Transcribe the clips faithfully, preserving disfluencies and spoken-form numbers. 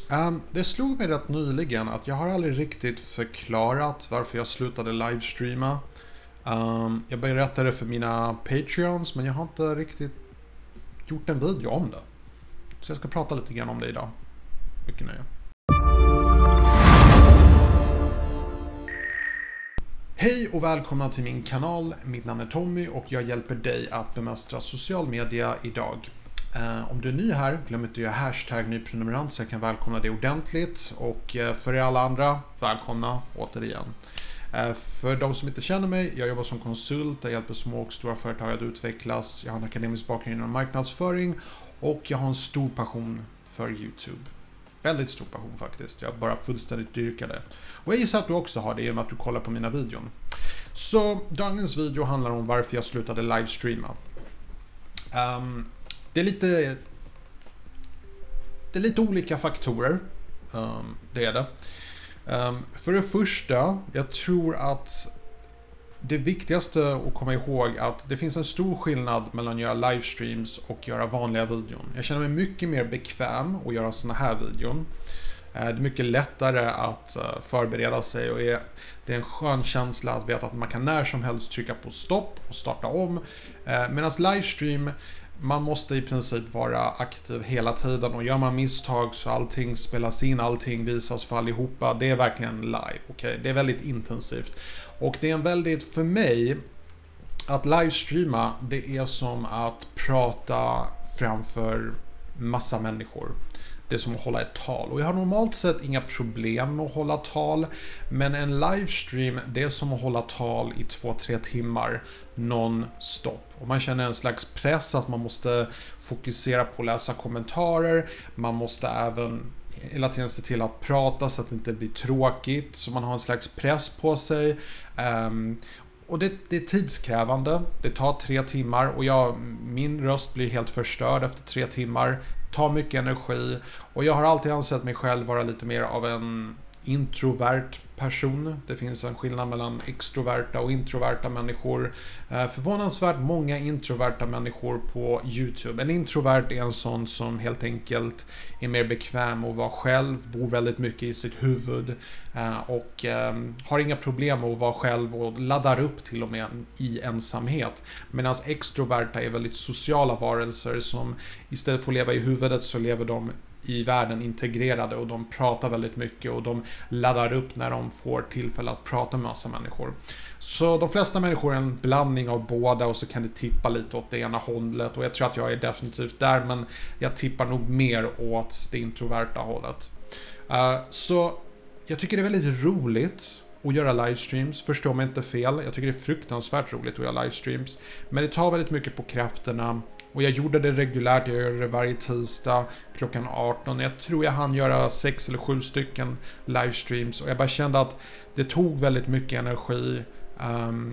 Um, det slog mig rätt nyligen att jag har aldrig riktigt förklarat varför jag slutade livestreama. Um, jag berättade för mina Patreons, men jag har inte riktigt gjort en video om det. Så jag ska prata lite grann om det idag. Mycket nöje. Hej och välkomna till min kanal. Mitt namn är Tommy och jag hjälper dig att bemästra social media idag. Uh, om du är ny här, glöm inte att göra hashtag nyprenumerant så jag kan välkomna dig ordentligt. Och uh, för er alla andra, välkomna återigen. Uh, för de som inte känner mig, jag jobbar som konsult, jag hjälper små och stora företag att utvecklas. Jag har en akademisk bakgrund inom marknadsföring och jag har en stor passion för YouTube. Väldigt stor passion faktiskt, jag bara fullständigt dyrkar det. Och jag gissar att du också har det genom att du kollar på mina videon. Så dagens video handlar om varför jag slutade livestreama. Um, Det är lite det är lite olika faktorer. Um, det är det. Um, för det första, jag tror att det viktigaste att komma ihåg att det finns en stor skillnad mellan att göra livestreams och göra vanliga videon. Jag känner mig mycket mer bekväm att göra såna här videon. Det är mycket lättare att förbereda sig och är, det är en skön känsla att veta att man kan när som helst trycka på stopp och starta om. Medan livestream, man måste i princip vara aktiv hela tiden och gör man misstag så allting spelas in, allting visas för allihopa. Det är verkligen live, okay? Det är väldigt intensivt. Och det är en väldigt, för mig, att livestreama, det är som att prata framför massa människor. Det är som att hålla ett tal. Och jag har normalt sett inga problem med att hålla tal. Men en livestream, det är som att hålla tal i två, tre timmar non-stop. Och man känner en slags press att man måste fokusera på att läsa kommentarer. Man måste även hela tiden se till att prata så att det inte blir tråkigt. Så man har en slags press på sig. Um, Och det, det är tidskrävande. Det tar tre timmar och jag, min röst blir helt förstörd efter tre timmar. Tar mycket energi och jag har alltid ansett mig själv vara lite mer av en introvert person. Det finns en skillnad mellan extroverta och introverta människor. Förvånansvärt många introverta människor på YouTube. En introvert är en sån som helt enkelt är mer bekväm att vara själv, bor väldigt mycket i sitt huvud och har inga problem med att vara själv och laddar upp till och med i ensamhet. Medan extroverta är väldigt sociala varelser som istället för att leva i huvudet så lever de i världen integrerade och de pratar väldigt mycket och de laddar upp när de får tillfälle att prata med massa människor. Så de flesta människor är en blandning av båda och så kan det tippa lite åt det ena hållet och jag tror att jag är definitivt där, men jag tippar nog mer åt det introverta hållet. Uh, så jag tycker det är väldigt roligt att göra livestreams, förstå mig inte fel. Jag tycker det är fruktansvärt roligt att göra livestreams, men det tar väldigt mycket på krafterna. Och jag gjorde det regulärt, jag gör det varje tisdag klockan arton. Jag tror jag hann göra sex eller sju stycken livestreams. Och jag bara kände att det tog väldigt mycket energi. Um,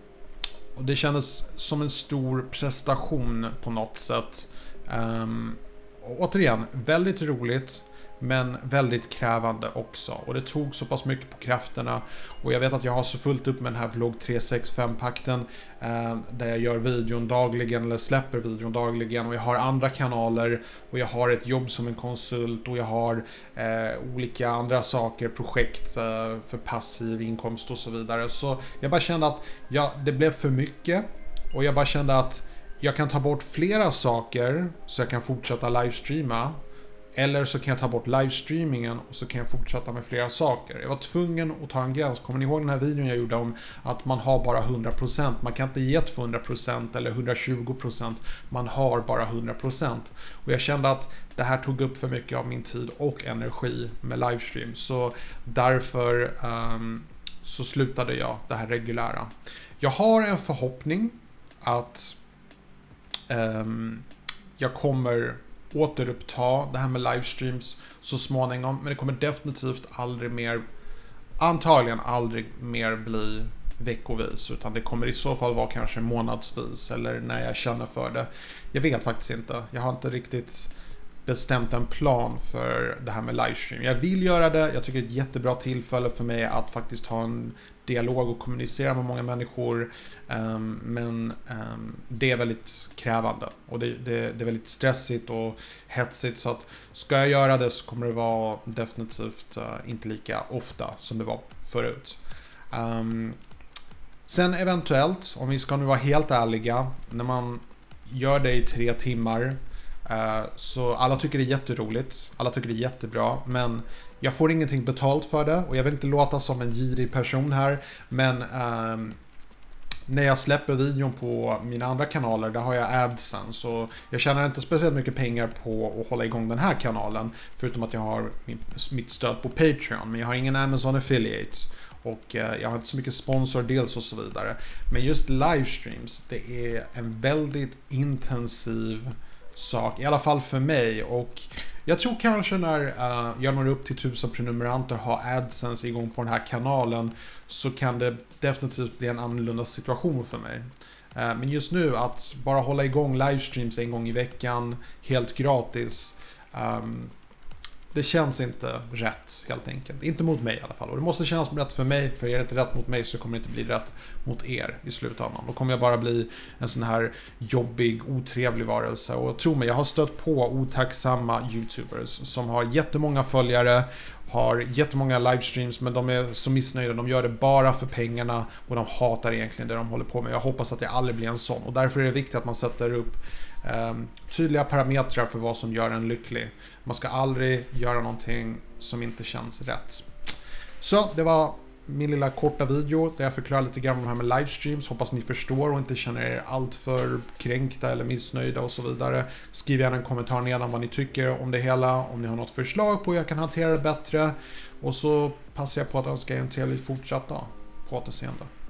och det kändes som en stor prestation på något sätt. Um, och återigen, väldigt roligt. Men väldigt krävande också. Och det tog så pass mycket på krafterna. Och jag vet att jag har så fullt upp med den här vlogg tre sextiofem-pakten. Eh, där jag gör videon dagligen. Eller släpper videon dagligen. Och jag har andra kanaler. Och jag har ett jobb som en konsult. Och jag har eh, olika andra saker. Projekt eh, för passiv inkomst och så vidare. Så jag bara kände att ja, det blev för mycket. Och jag bara kände att jag kan ta bort flera saker. Så jag kan fortsätta livestreama. Eller så kan jag ta bort livestreamingen och så kan jag fortsätta med flera saker. Jag var tvungen att ta en gräns. Kommer ni ihåg den här videon jag gjorde om att man har bara hundra procent? Man kan inte ge tvåhundra procent eller hundratjugo procent. Man har bara hundra procent. Och jag kände att det här tog upp för mycket av min tid och energi med livestream. Så därför um, så slutade jag det här reguljära. Jag har en förhoppning att um, jag kommer återuppta det här med livestreams så småningom, men det kommer definitivt aldrig mer, antagligen aldrig mer bli veckovis, utan det kommer i så fall vara kanske månadsvis eller när jag känner för det. Jag vet faktiskt inte. Jag har inte riktigt bestämt en plan för det här med livestream. Jag vill göra det, jag tycker det är ett jättebra tillfälle för mig att faktiskt ha en dialog och kommunicera med många människor, um, men um, det är väldigt krävande och det, det, det är väldigt stressigt och hetsigt, så att ska jag göra det så kommer det vara definitivt uh, inte lika ofta som det var förut. Um, sen eventuellt, om vi ska nu vara helt ärliga, när man gör det i tre timmar uh, så alla tycker det är jätteroligt, alla tycker det är jättebra, men jag får ingenting betalt för det och jag vill inte låta som en girig person här, men um, när jag släpper videon på mina andra kanaler, där har jag adsen, så jag tjänar inte speciellt mycket pengar på att hålla igång den här kanalen, förutom att jag har min, mitt stöd på Patreon, men jag har ingen Amazon affiliate och uh, jag har inte så mycket sponsordels och så vidare. Men just livestreams, det är en väldigt intensiv sak, i alla fall för mig, och jag tror kanske när uh, jag når upp till tusen prenumeranter, har AdSense igång på den här kanalen, så kan det definitivt bli en annorlunda situation för mig. Uh, men just nu, att bara hålla igång livestreams en gång i veckan helt gratis, um, det känns inte rätt helt enkelt. Inte mot mig i alla fall. Och det måste kännas rätt för mig, för är det inte rätt mot mig så kommer det inte bli rätt mot er i slutändan. Då kommer jag bara bli en sån här jobbig, otrevlig varelse. Och tro mig, jag har stött på otacksamma YouTubers som har jättemånga följare, har jättemånga livestreams, men de är så missnöjda. De gör det bara för pengarna och de hatar egentligen det de håller på med. Jag hoppas att jag aldrig blir en sån. Och därför är det viktigt att man sätter upp Um, tydliga parametrar för vad som gör en lycklig. Man ska aldrig göra någonting som inte känns rätt. Så det var min lilla korta video där jag förklarar lite grann om det här med livestreams. Hoppas ni förstår och inte känner er allt för kränkta eller missnöjda och så vidare. Skriv gärna en kommentar nedan vad ni tycker om det hela, om ni har något förslag på hur jag kan hantera det bättre. Och så passar jag på att önska er en trevlig fortsatt dag. På återseende.